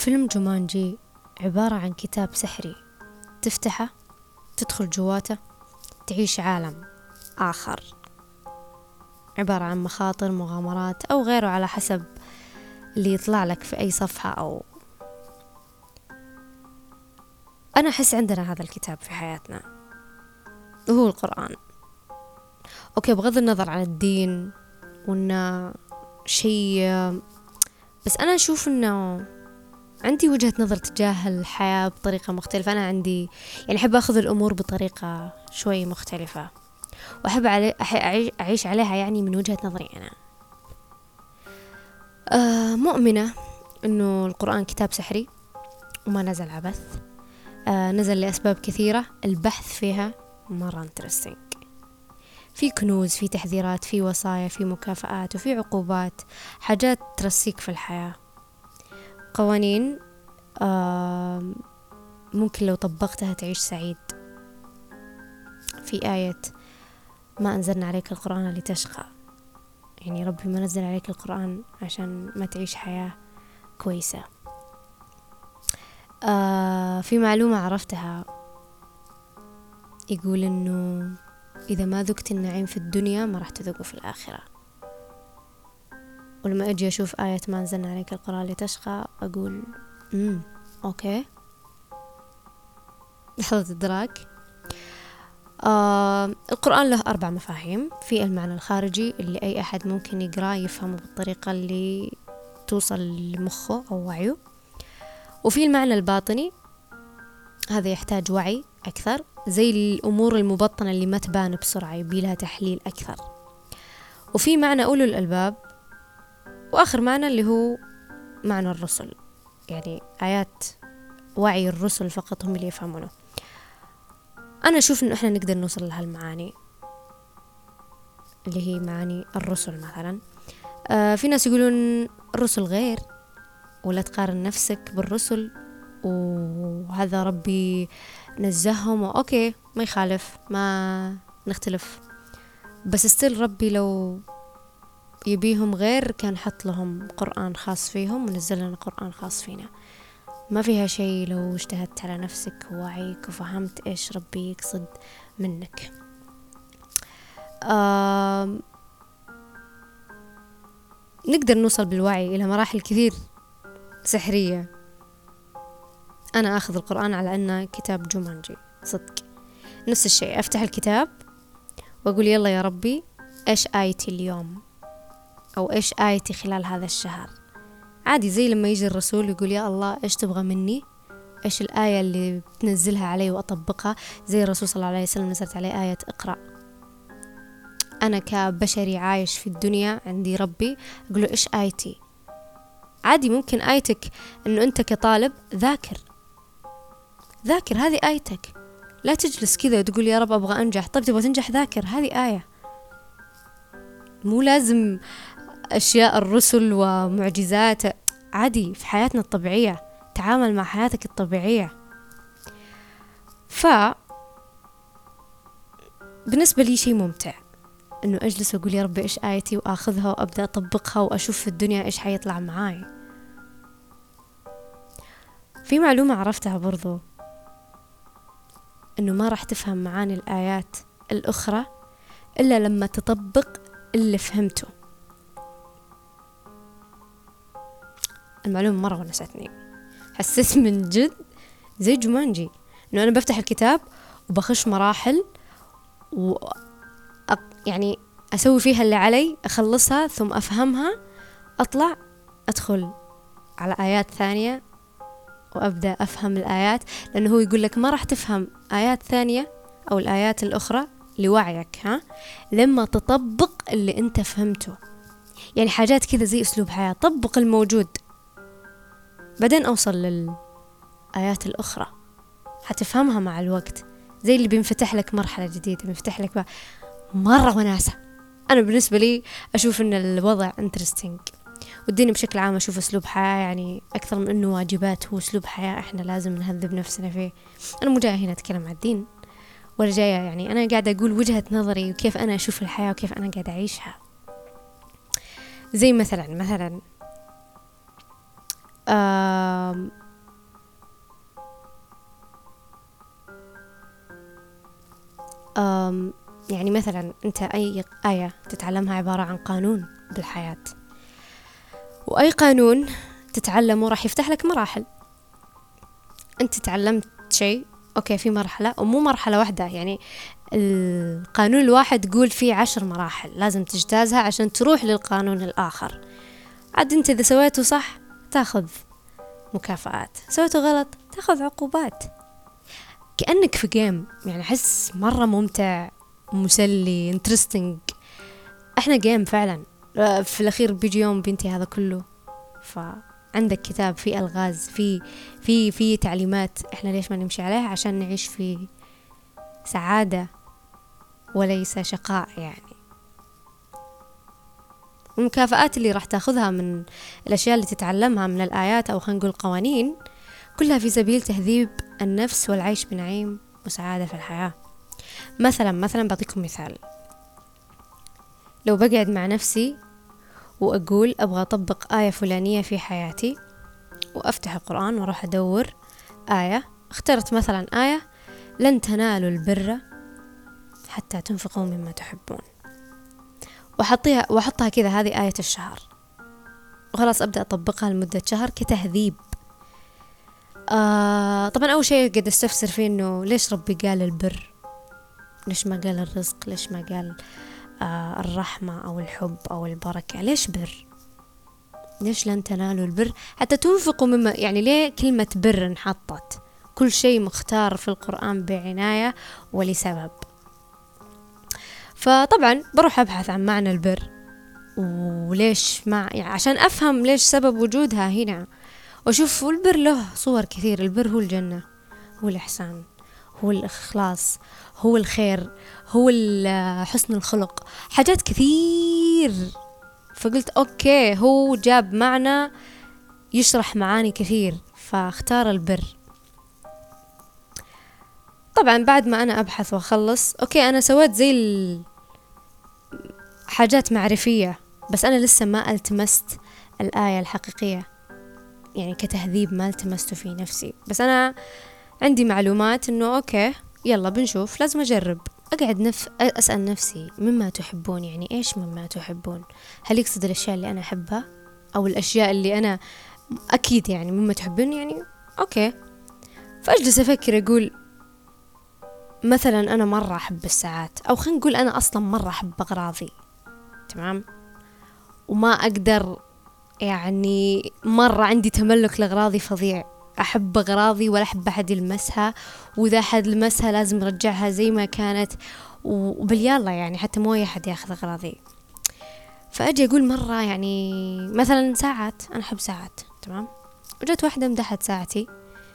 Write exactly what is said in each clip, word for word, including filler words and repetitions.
فيلم جومانجي عبارة عن كتاب سحري، تفتحه تدخل جواته تعيش عالم آخر، عبارة عن مخاطر، مغامرات أو غيره على حسب اللي يطلع لك في أي صفحة. أو أنا أحس عندنا هذا الكتاب في حياتنا وهو القرآن. أوكي، بغض النظر عن الدين وإنه شيء، بس أنا أشوف إنه عندي وجهة نظر تجاه الحياة بطريقة مختلفة. أنا عندي يعني أحب أخذ الأمور بطريقة شوي مختلفة، وأحب علي أعيش عليها يعني من وجهة نظري أنا. آه مؤمنة إنه القرآن كتاب سحري وما نزل عبث. آه نزل لأسباب كثيرة، البحث فيها مرة انترستينج، في كنوز، في تحذيرات، في وصايا، في مكافآت، وفي عقوبات، حاجات ترسيك في الحياة، قوانين آه ممكن لو طبقتها تعيش سعيد. في آية ما أنزلنا عليك القرآن لتشقى، يعني ربي ما نزل عليك القرآن عشان ما تعيش حياة كويسة. آه في معلومة عرفتها يقول إنه إذا ما ذقت النعيم في الدنيا ما راح تذوقه في الآخرة. ولما أجي أشوف آية ما أنزلنا عليك القرآن لتشقى أقول امم أوكي، لحظة إدراك. آه القرآن له أربع مفاهيم. في المعنى الخارجي اللي أي أحد ممكن يقرأ يفهمه بالطريقة اللي توصل لمخه أو وعيه، وفي المعنى الباطني هذا يحتاج وعي أكثر، زي الأمور المبطنة اللي ما تبان بسرعة يبي لها تحليل أكثر. وفي معنى أولو الألباب، وآخر معنى اللي هو معنى الرسل، يعني آيات وعي الرسل فقط هم اللي يفهمونه. أنا أشوف إنه إحنا نقدر نوصل لهالمعاني اللي هي معاني الرسل مثلا. آه في ناس يقولون الرسل غير، ولا تقارن نفسك بالرسل، وهذا ربي نزههم، أوكي ما يخالف، ما نختلف، بس استيل ربي لو يبيهم غير كان حط لهم قرآن خاص فيهم ونزل لنا قرآن خاص فينا. ما فيها شيء لو اجتهدت على نفسك ووعيك وفهمت إيش ربي يقصد منك. آه نقدر نوصل بالوعي إلى مراحل كثير سحرية. أنا أخذ القرآن على أنه كتاب جومانجي صدق، نفس الشيء، أفتح الكتاب وأقول يلا يا ربي إيش آيتي اليوم، أو إيش آيتي خلال هذا الشهر. عادي زي لما يجي الرسول يقول يا الله إيش تبغى مني، إيش الآية اللي بتنزلها علي وأطبقها. زي الرسول صلى الله عليه وسلم نزلت عليه آية اقرأ. أنا كبشري عايش في الدنيا عندي ربي، أقول له إيش آيتي. عادي ممكن آيتك أنه أنت كطالب ذاكر ذاكر هذه آيتك، لا تجلس كذا وتقول يا رب أبغى أنجح. طيب تبغى تنجح ذاكر، هذه آية. مو لازم أشياء الرسل ومعجزات، عادي في حياتنا الطبيعية، تعامل مع حياتك الطبيعية. ف بالنسبة لي شيء ممتع أنه أجلس وأقول يا رب إيش آيتي، وأخذها وأبدأ أطبقها وأشوف في الدنيا إيش حيطلع معاي. في معلومة عرفتها برضو، أنه ما راح تفهم معاني الآيات الأخرى إلا لما تطبق اللي فهمته. المعلومة مرة ونستني، حسيت من جد زي جومانجي، أنه أنا بفتح الكتاب وبخش مراحل و يعني أسوي فيها اللي علي، أخلصها ثم أفهمها، أطلع أدخل على آيات ثانية وأبدأ أفهم الآيات، لأنه هو يقول لك ما راح تفهم آيات ثانية أو الآيات الأخرى لوعيك ها لما تطبق اللي أنت فهمته. يعني حاجات كذا زي أسلوب حياة، طبق الموجود بعدين أوصل للآيات الأخرى، حتفهمها مع الوقت. زي اللي بينفتح لك مرحلة جديدة، بينفتح لك مرة وناسة. أنا بالنسبة لي أشوف أن الوضع انترستينج، والدين بشكل عام أشوف أسلوب حياة، يعني أكثر من أنه واجبات، هو أسلوب حياة إحنا لازم نهذب نفسنا فيه. أنا مو جاية هنا أتكلم عن الدين ولا جاية، يعني أنا قاعدة أقول وجهة نظري وكيف أنا أشوف الحياة وكيف أنا قاعدة أعيشها. زي مثلا مثلا أم أم يعني مثلا أنت أي آية تتعلمها عبارة عن قانون بالحياة، وأي قانون تتعلمه راح يفتح لك مراحل. أنت تعلمت شيء، أوكي، في مرحلة ومو مرحلة واحدة، يعني القانون الواحد تقول فيه عشر مراحل لازم تجتازها عشان تروح للقانون الآخر. عاد أنت إذا سويته صح تاخذ مكافآت، سويته غلط تاخذ عقوبات. كأنك في جيم، يعني أحس مرة ممتع، مسلي، انترستنج. احنا جيم فعلا. في الأخير بيجي يوم بينتهي هذا كله، فعندك كتاب فيه ألغاز، في في في تعليمات، احنا ليش ما نمشي عليها؟ عشان نعيش في سعادة وليس شقاء يعني. المكافآت اللي راح تاخذها من الأشياء اللي تتعلمها من الآيات أو خلينا نقول قوانين، كلها في سبيل تهذيب النفس والعيش بنعيم وسعادة في الحياة. مثلا مثلا بعطيكم مثال، لو بقعد مع نفسي وأقول أبغى أطبق آية فلانية في حياتي، وأفتح القرآن وأروح أدور آية، اخترت مثلا آية لن تنالوا البر حتى تنفقوا مما تحبون، وحطيها وحطها كذا هذه آية الشهر، وخلاص أبدأ أطبقها لمدة شهر كتهذيب. آه طبعا أول شيء قد استفسر فيه إنه ليش ربي قال البر، ليش ما قال الرزق، ليش ما قال آه الرحمة أو الحب أو البركة، ليش بر؟ ليش لن تنالوا البر حتى تنفقوا مما، يعني ليه كلمة بر انحطت؟ كل شيء مختار في القرآن بعناية ولسبب. فطبعا بروح أبحث عن معنى البر وليش، مع يعني عشان أفهم ليش سبب وجودها هنا، وأشوف البر له صور كثير. البر هو الجنة، هو الإحسان، هو الإخلاص، هو الخير، هو حسن الخلق، حاجات كثير. فقلت أوكي، هو جاب معنى يشرح معاني كثير، فاختار البر. طبعا بعد ما أنا أبحث وأخلص، أوكي أنا سويت زي حاجات معرفية، بس أنا لسه ما التمست الآية الحقيقية، يعني كتهذيب ما التمسته في نفسي، بس أنا عندي معلومات إنه أوكي يلا بنشوف، لازم أجرب. أقعد نف... أسأل نفسي مما تحبون، يعني إيش مما تحبون؟ هل يقصد الأشياء اللي أنا أحبها أو الأشياء اللي أنا أكيد يعني مما تحبون يعني أوكي. فأجلس أفكر أقول مثلا أنا مرة أحب الساعات، أو خلينا نقول أنا أصلا مرة أحب أغراضي، تمام، وما أقدر يعني مرة عندي تملك لأغراضي فظيع، أحب أغراضي ولا أحب أحد يلمسها، وإذا أحد لمسها لازم نرجعها زي ما كانت، وباليالله يعني حتى مو أي أحد يأخذ أغراضي. فأجي أقول مرة يعني مثلا ساعات، أنا أحب ساعات، تمام، وجت واحدة مدحت ساعتي،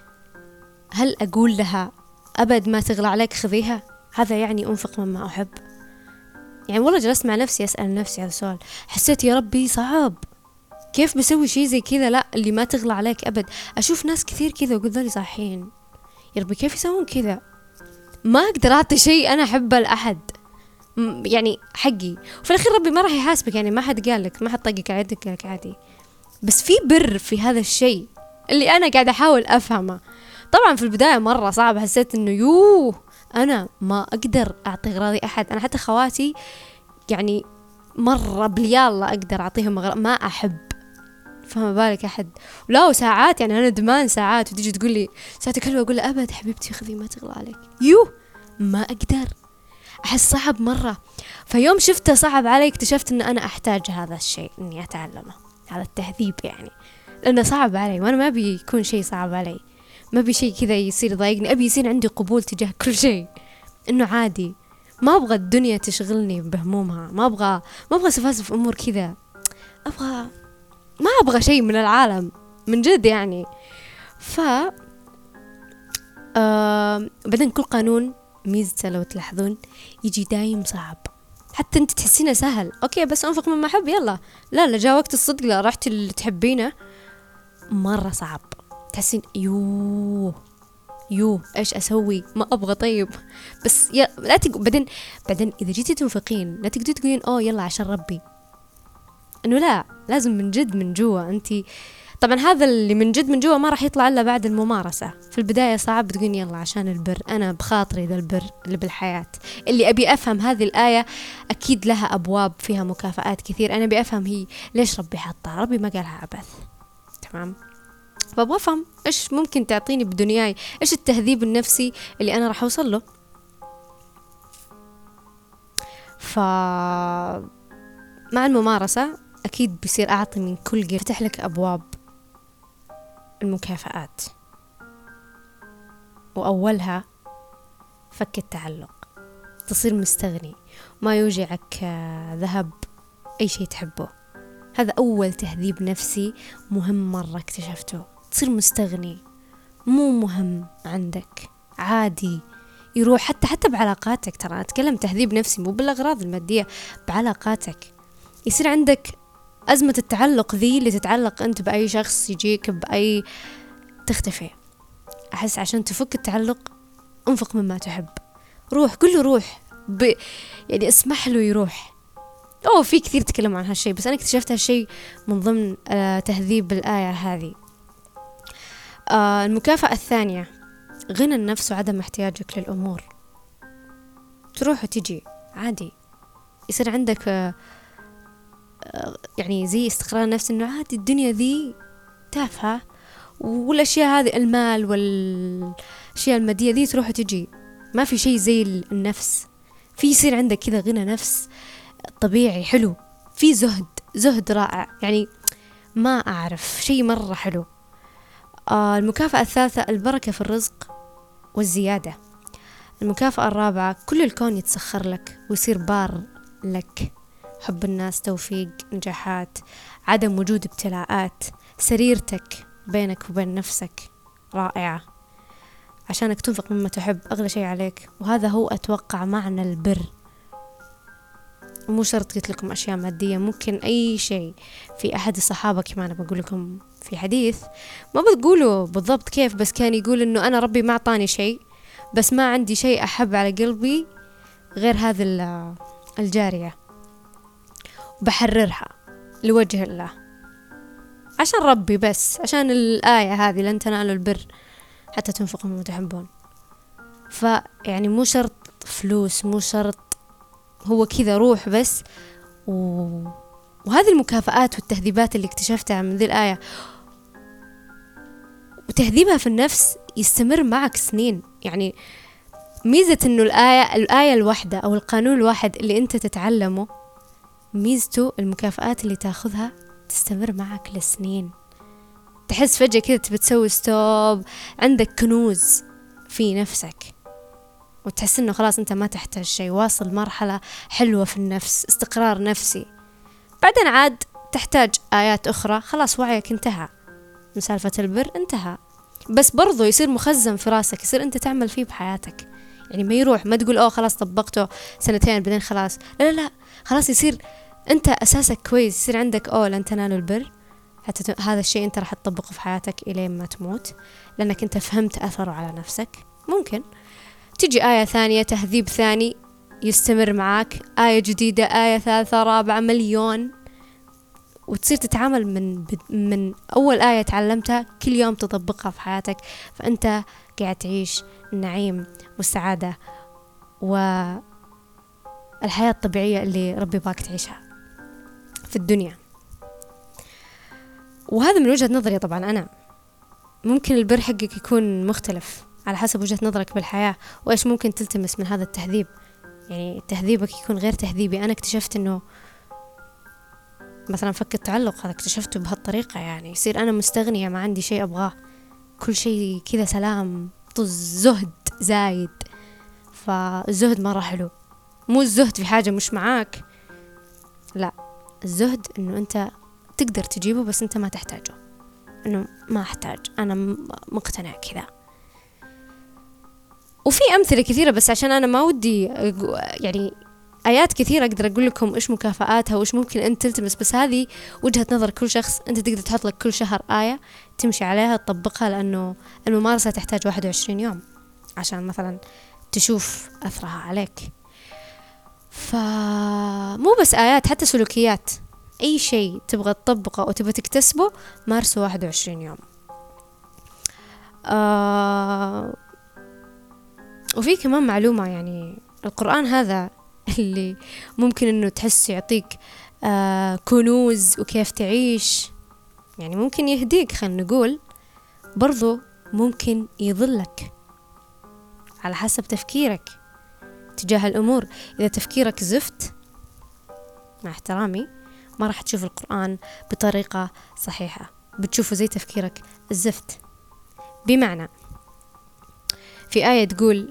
هل أقول لها أبد ما تغلى عليك خذيها؟ هذا يعني أنفق مما أحب؟ يعني والله جلست مع نفسي أسأل نفسي هذا السؤال، حسيت يا ربي صعب، كيف بسوي شيء زي كذا؟ لا، اللي ما تغلى عليك أبد. أشوف ناس كثير كذا وقلت ذولي صحيين، يا ربي كيف يسوون كذا؟ ما أقدر أعطي شيء أنا أحبه لأحد، يعني حقي، وفي الأخير ربي ما راح يحاسبك، يعني ما حد قال لك، ما حد طقك على يدك لك عادي، بس في بر في هذا الشيء اللي أنا قاعدة أحاول أفهمه. طبعا في البداية مرة صعب، حسيت إنه يوه أنا ما أقدر أعطي أغراضي أحد، أنا حتى خواتي يعني مرة باليالله أقدر أعطيهم أغراض، ما أحب، فما بالك أحد. لا وساعات، يعني أنا دمان ساعات، وتيجي تقول لي ساعتك حلوة، أقول لها أبد حبيبتي خذي ما تغلى عليك، يوه ما أقدر، أحس صعب مرة. فيوم شفته صعب علي اكتشفت أن أنا أحتاج هذا الشيء إني أتعلمه، هذا التهذيب يعني، لأنه صعب علي، وأنا ما أبي يكون شيء صعب علي، ما أبي شيء كذا يصير ضايقني، أبي يصير عندي قبول تجاه كل شيء، إنه عادي، ما أبغى الدنيا تشغلني بهمومها، ما أبغى ما أبغى سفاسف أمور كذا، أبغى ما أبغى شيء من العالم من جد يعني. ف آه بعدين كل قانون ميزته لو تلاحظون يجي دايم صعب، حتى انت تحسينه سهل، اوكي بس انفق مما احب يلا، لا لا جاء وقت الصدق، لا رحت اللي تحبينه مرة صعب، تحسين يوه يوه ايش اسوي، ما ابغى، طيب بس يا لا تق... بعدين بعدين اذا جيتي تنفقين لا تقدري تقولين اوه يلا عشان ربي، انه لا، لازم من جد من جوا انت. طبعا هذا اللي من جد من جوا ما راح يطلع إلا بعد الممارسة. في البداية صعب تقول يلا عشان البر، أنا بخاطري ذا البر اللي بالحياة اللي أبي أفهم هذه الآية أكيد لها أبواب فيها مكافآت كثير، أنا أبي أفهم هي ليش ربي حطها، ربي ما قالها عبث. تمام، فأبغى أفهم إيش ممكن تعطيني بدنياي، إيش التهذيب النفسي اللي أنا راح أوصل له. فمع الممارسة أكيد بيصير أعطي من كل قرد، فتح لك أبواب المكافآت، وأولها فك التعلق، تصير مستغني، ما يوجعك ذهب أي شيء تحبه. هذا أول تهذيب نفسي مهم مرة اكتشفته، تصير مستغني، مو مهم عندك، عادي يروح. حتى حتى بعلاقاتك، ترى أتكلم تهذيب نفسي مو بالأغراض المادية، بعلاقاتك يصير عندك أزمة التعلق ذي اللي تتعلق أنت بأي شخص يجيك بأي، تختفي. أحس عشان تفك التعلق انفق مما تحب، روح، قل له روح، ب... يعني اسمح له يروح. أوه في كثير تكلموا عن هالشيء، بس أنا اكتشفت هالشيء من ضمن آه تهذيب الآية هذه. آه المكافأة الثانية غنى النفس وعدم احتياجك للأمور، تروح وتجي عادي، يصير عندك آه آه يعني زي استقرار نفس، إنه عادي الدنيا ذي تافهة، والأشياء هذه المال والأشياء المادية ذي تروح وتجي، ما في شيء زي النفس. في يصير عندك كذا غنى نفس طبيعي حلو، في زهد، زهد رائع، يعني ما أعرف شيء مرة حلو. آه المكافأة الثالثة البركة في الرزق والزيادة. المكافأة الرابعة كل الكون يتسخر لك ويصير بار لك، حب الناس، توفيق، نجاحات، عدم وجود ابتلاءات، سريرتك بينك وبين نفسك رائعة عشانك تنفق مما تحب، أغلى شيء عليك. وهذا هو أتوقع معنى البر. مو شرط قلت لكم أشياء مادية، ممكن أي شيء. في أحد الصحابة كما أنا بقول لكم في حديث، ما بتقولوا بالضبط كيف، بس كان يقول إنه أنا ربي ما أعطاني شيء، بس ما عندي شيء أحب على قلبي غير هذه الجارية، بحررها لوجه الله عشان ربي، بس عشان الآية هذه لن تنالوا البر حتى تنفقوا مما تحبون. فيعني مو شرط فلوس، مو شرط، هو كذا روح بس. و... وهذه المكافآت والتهذيبات اللي اكتشفتها من ذي الآية وتهذيبها في النفس يستمر معك سنين. يعني ميزة إنه الآية الآية الواحدة أو القانون الواحد اللي أنت تتعلمه، ميزته المكافآت اللي تاخذها تستمر معك لسنين. تحس فجأة كذا تبي تسوي ستوب، عندك كنوز في نفسك، وتحس إنه خلاص أنت ما تحتاج شيء، واصل مرحلة حلوة في النفس، استقرار نفسي. بعدين عاد تحتاج آيات أخرى، خلاص وعيك انتهى من سالفة البر، انتهى. بس برضو يصير مخزن في راسك، يصير أنت تعمل فيه بحياتك، يعني ما يروح، ما تقول أوه خلاص طبقته سنتين بعدين خلاص، لا لا لا، خلاص يصير أنت أساسك كويس، يصير عندك أوه لن تنالوا البر حتى ت... هذا الشيء أنت راح تطبقه في حياتك إلين ما تموت، لأنك أنت فهمت أثره على نفسك. ممكن تجي آية ثانية، تهذيب ثاني يستمر معك، آية جديدة، آية ثالثة، رابعة، مليون، وتصير تتعامل من من أول آية تعلمتها كل يوم تطبقها في حياتك. فأنت قاعد تعيش النعيم والسعادة والحياة الطبيعية اللي ربي باك تعيشها في الدنيا. وهذا من وجهة نظري طبعا، أنا ممكن البر حقك يكون مختلف على حسب وجهة نظرك بالحياة، وإيش ممكن تلتمس من هذا التهذيب. يعني تهذيبك يكون غير تهذيبي. أنا اكتشفت إنه مثلا فك التعلق هذا اكتشفته بهالطريقة، يعني يصير أنا مستغنية، ما عندي شيء أبغاه، كل شيء كذا سلام، طز، زهد زايد. فالزهد مرة حلو، مو الزهد في حاجة مش معاك، لا، الزهد إنه أنت تقدر تجيبه بس أنت ما تحتاجه، إنه ما أحتاج، أنا مقتنع كذا. وفي أمثلة كثيرة، بس عشان أنا ما ودي يعني آيات كثيرة أقدر أقول لكم إيش مكافآتها وإيش ممكن أنت تلتمس، بس هذه وجهة نظر كل شخص. أنت تقدر تحط لك كل شهر آية تمشي عليها تطبقها، لأنه الممارسة تحتاج واحد وعشرين يوم عشان مثلا تشوف أثرها عليك. فمو بس آيات، حتى سلوكيات. أي شيء تبغى تطبقه أو تبغى تكتسبه مارسه واحد وعشرين يوم. آه وفي كمان معلومة، يعني القرآن هذا اللي ممكن أنه تحس يعطيك آه كنوز وكيف تعيش، يعني ممكن يهديك، خلينا نقول برضو ممكن يضلك على حسب تفكيرك تجاه الأمور. إذا تفكيرك زفت، مع احترامي، ما راح تشوف القرآن بطريقة صحيحة، بتشوفه زي تفكيرك الزفت. بمعنى في آية تقول: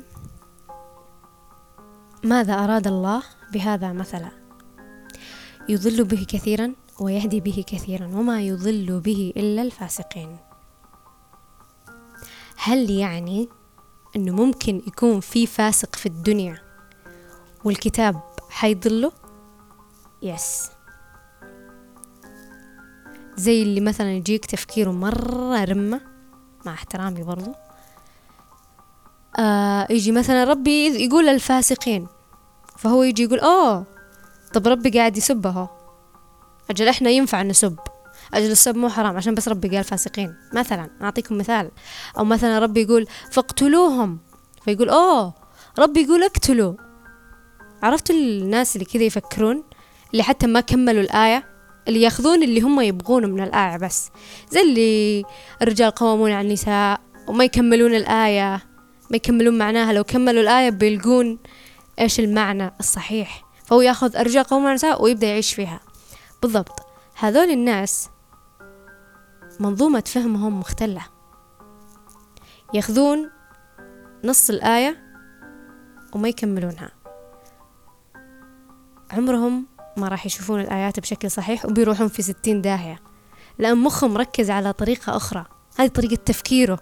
ماذا أراد الله بهذا مثلا يضل به كثيرا ويهدي به كثيرا وما يضل به إلا الفاسقين. هل يعني أنه ممكن يكون في فاسق في الدنيا والكتاب حيضله؟ يس. زي اللي مثلا يجيك تفكيره مرة رمة، مع احترامي برضو، آه يجي مثلا ربي يقول الفاسقين، فهو يجي يقول اوه طب ربي قاعد يسبه، اجل احنا ينفع نسب، اجل السب مو حرام عشان بس ربي قال فاسقين مثلا. اعطيكم مثال. او مثلا ربي يقول فاقتلوهم، فيقول اوه ربي يقول اقتلوا. عرفتوا الناس اللي كذا يفكرون، اللي حتى ما كملوا الآية، اللي ياخذون اللي هم يبغونه من الآية بس، زي اللي الرجال قوامون على النساء، وما يكملون الآية، ما يكملون معناها. لو كملوا الآية بيلقون إيش المعنى الصحيح، فهو ياخذ الرجال قوامون على النساء ويبدأ يعيش فيها بالضبط. هذول الناس منظومة فهمهم مختلة، ياخذون نص الآية وما يكملونها، عمرهم ما راح يشوفون الآيات بشكل صحيح، وبيروحون في ستين داهية، لأن مخهم مركز على طريقة أخرى، هذه طريقة تفكيره.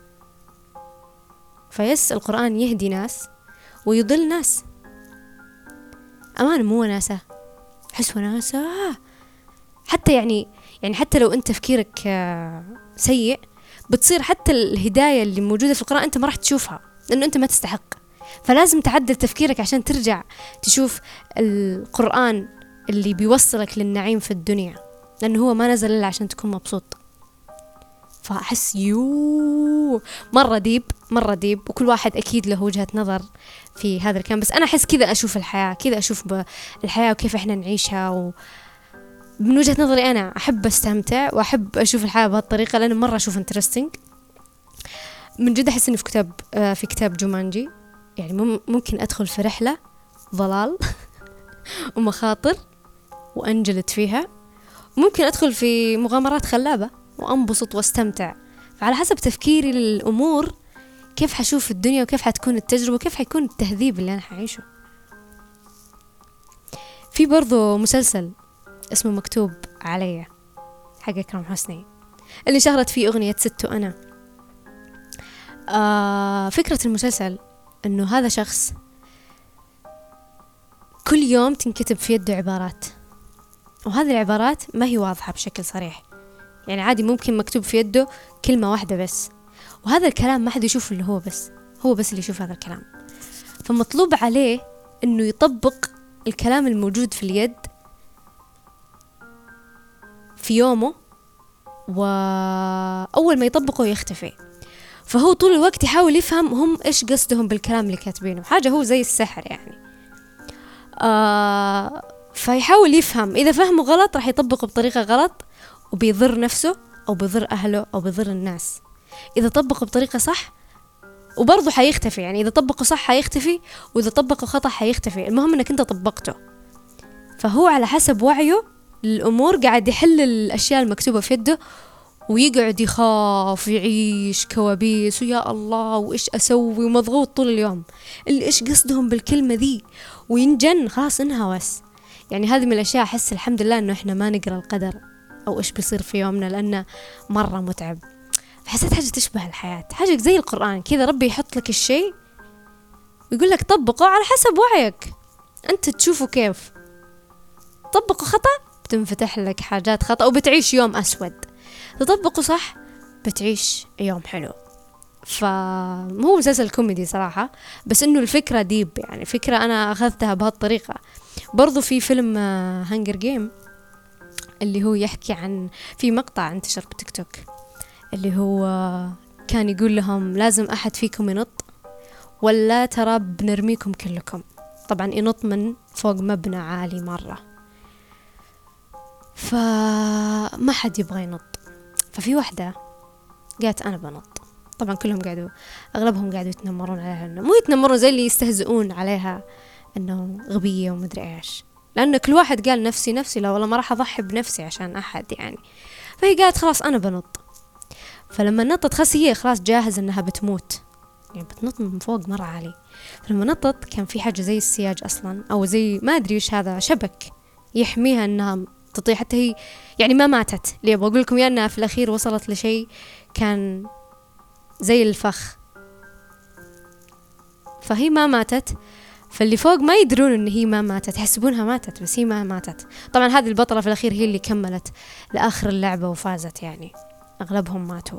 فيس القرآن يهدي ناس ويضل ناس. أمان مو وناسة، حس وناسة. حتى يعني يعني حتى لو أنت تفكيرك سيء، بتصير حتى الهداية اللي موجودة في القرآن أنت ما راح تشوفها، لأنه أنت ما تستحق. فلازم تعدل تفكيرك عشان ترجع تشوف القرآن اللي بيوصلك للنعيم في الدنيا، لأنه هو ما نزل إلا عشان تكون مبسوط. فأحس يو مرة ديب مرة ديب، وكل واحد أكيد له وجهة نظر في هذا الكلام، بس أنا أحس كذا أشوف الحياة، كذا أشوف الحياة وكيف إحنا نعيشها، ومن وجهة نظري أنا أحب أستمتع وأحب أشوف الحياة بهالطريقة، لأنه مرة أشوف انترستينج من جد. أحس إني في كتاب في كتاب جومانجي، يعني ممكن أدخل في رحلة ضلال ومخاطر وأنجلد فيها، ممكن أدخل في مغامرات خلابة وأنبسط واستمتع. فعلى حسب تفكيري للأمور كيف حشوف الدنيا، وكيف حتكون التجربة، وكيف حيكون التهذيب اللي أنا حعيشه. في برضو مسلسل اسمه مكتوب علي حق أكرم حسني، اللي شهرت فيه أغنية ست أنا. آه فكرة المسلسل أنه هذا شخص كل يوم تنكتب في يده عبارات، وهذه العبارات ما هي واضحة بشكل صريح، يعني عادي ممكن مكتوب في يده كلمة واحدة بس، وهذا الكلام ما حد يشوف اللي هو بس هو بس اللي يشوف هذا الكلام. فمطلوب عليه أنه يطبق الكلام الموجود في اليد في يومه، وأول ما يطبقه يختفي. فهو طول الوقت يحاول يفهم هم إيش قصدهم بالكلام اللي كاتبينه، حاجة هو زي السحر يعني. آه فيحاول يفهم، إذا فهمه غلط راح يطبقه بطريقة غلط وبيضر نفسه أو بيضر أهله أو بيضر الناس. إذا طبقه بطريقة صح وبرضه حيختفي، يعني إذا طبقه صح حيختفي، وإذا طبقه خطأ حيختفي، المهم أنك أنت طبقته. فهو على حسب وعيه للأمور قاعد يحل الأشياء المكتوبة في يده، ويقعد يخاف يعيش كوابيس ويا الله وإيش أسوي، ومضغوط طول اليوم اللي إيش قصدهم بالكلمة ذي، وينجن خلاص انهوس. يعني هذه من الأشياء أحس الحمد لله إنه إحنا ما نقرأ القدر أو إيش بيصير في يومنا، لأنه مرة متعب. فحسيت حاجة تشبه الحياة، حاجة زي القرآن كذا، ربي يحط لك الشيء ويقول لك طبقه على حسب وعيك أنت تشوفه كيف. طبقه خطأ بتنفتح لك حاجات خطأ وبتعيش يوم أسود، تطبقه صح بتعيش يوم حلو. فهو مسلسل كوميدي صراحة، بس إنه الفكرة ديب، يعني فكرة أنا أخذتها بهالطريقة. برضو في فيلم هانجر جيم اللي هو يحكي عن في مقطع انتشر بتيك توك اللي هو كان يقول لهم لازم أحد فيكم ينط ولا ترى بنرميكم كلكم. طبعا ينط من فوق مبنى عالي مرة، فما حد يبغى ينط. ففي واحدة قالت أنا بنط. طبعا كلهم قاعدوا أغلبهم قاعدوا يتنمرون عليها، إنه مو يتنمرون زي اللي يستهزئون عليها إنه غبية ومدري إيش، لأنه كل واحد قال نفسي نفسي، لا والله ما راح أضحي بنفسي عشان أحد يعني. فهي قالت خلاص أنا بنط. فلما نطت خلاص هي خلاص جاهزة إنها بتموت، يعني بتنط من فوق مرة عالي. فلما نطت كان في حاجة زي السياج أصلا أو زي ما أدري وش هذا، شبك يحميها إنها تطيح. حتى هي يعني ما ماتت. اللي أبغى أقول لكم إنها في الأخير وصلت لشيء كان زي الفخ، فهي ما ماتت. فاللي فوق ما يدرون إن هي ما ماتت، يحسبونها ماتت بس هي ما ماتت. طبعا هذه البطلة في الأخير هي اللي كملت لآخر اللعبة وفازت، يعني أغلبهم ماتوا.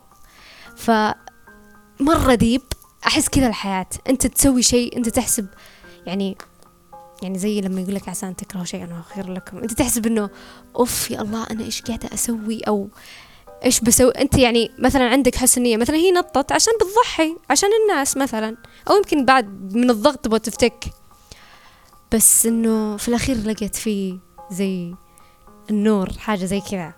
فمرة ديب أحس كذا الحياة، أنت تسوي شيء أنت تحسب يعني يعني زي لما يقولك عسى أن تكرهوا شيئا وهو خير لكم، أنت تحسب إنه أوف يا الله أنا إيش قاعدة أسوي أو إيش بسوي. أنت يعني مثلا عندك حسن نية، مثلا هي نطت عشان بتضحي عشان الناس مثلا، أو يمكن بعد من الضغط تبغى تفتك، بس إنه في الأخير لقيت فيه زي النور حاجة زي كذا.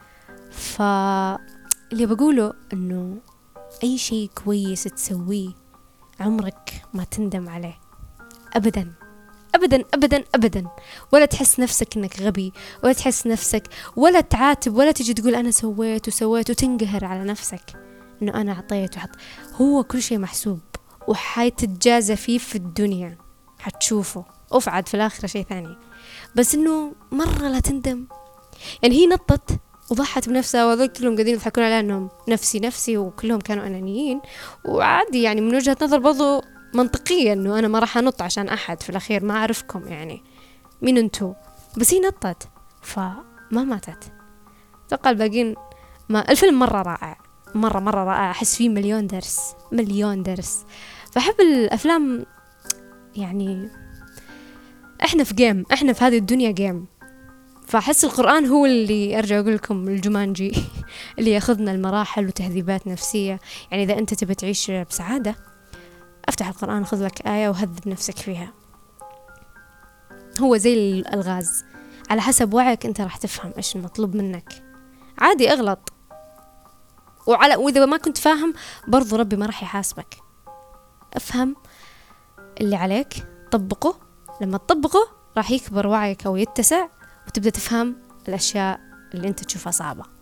فاللي بقوله إنه أي شيء كويس تسويه عمرك ما تندم عليه أبدا أبدا أبدا أبدا، ولا تحس نفسك إنك غبي، ولا تحس نفسك ولا تعاتب، ولا تجي تقول أنا سويت وسويت وتنقهر على نفسك إنه أنا عطيت وحط. هو كل شيء محسوب وحيتجازى فيه في الدنيا، حتشوفه أفعد في الآخرة شيء ثاني. بس إنه مرة لا تندم. يعني هي نطت وضحت بنفسها، وذول كلهم قاعدين يضحكون عليها إنهم نفسي نفسي وكلهم كانوا أنانيين، وعادي يعني من وجهة نظر برضو منطقيا إنه أنا ما راح أنط عشان أحد، في الأخير ما أعرفكم يعني مين أنتو. بس هي نطت فما ماتت. أتوقع الباقين ما. الفيلم مرة رائع مرة مرة رائع، أحس فيه مليون درس مليون درس. فأحب الأفلام، يعني إحنا في جيم، إحنا في هذه الدنيا جيم. فأحس القرآن هو اللي أرجع أقول لكم الجمانجي اللي يأخذنا المراحل وتهذيبات نفسية. يعني إذا أنت تبي تعيش بسعادة افتح القرآن، خذ لك آية وهذب نفسك فيها. هو زي الألغاز، على حسب وعيك أنت راح تفهم إيش المطلوب منك. عادي أغلط، وعلى وإذا ما كنت فاهم برضو ربي ما راح يحاسبك. افهم اللي عليك، طبقه. لما تطبقه راح يكبر وعيك أو يتسع، وتبدأ تفهم الأشياء اللي أنت تشوفها صعبة.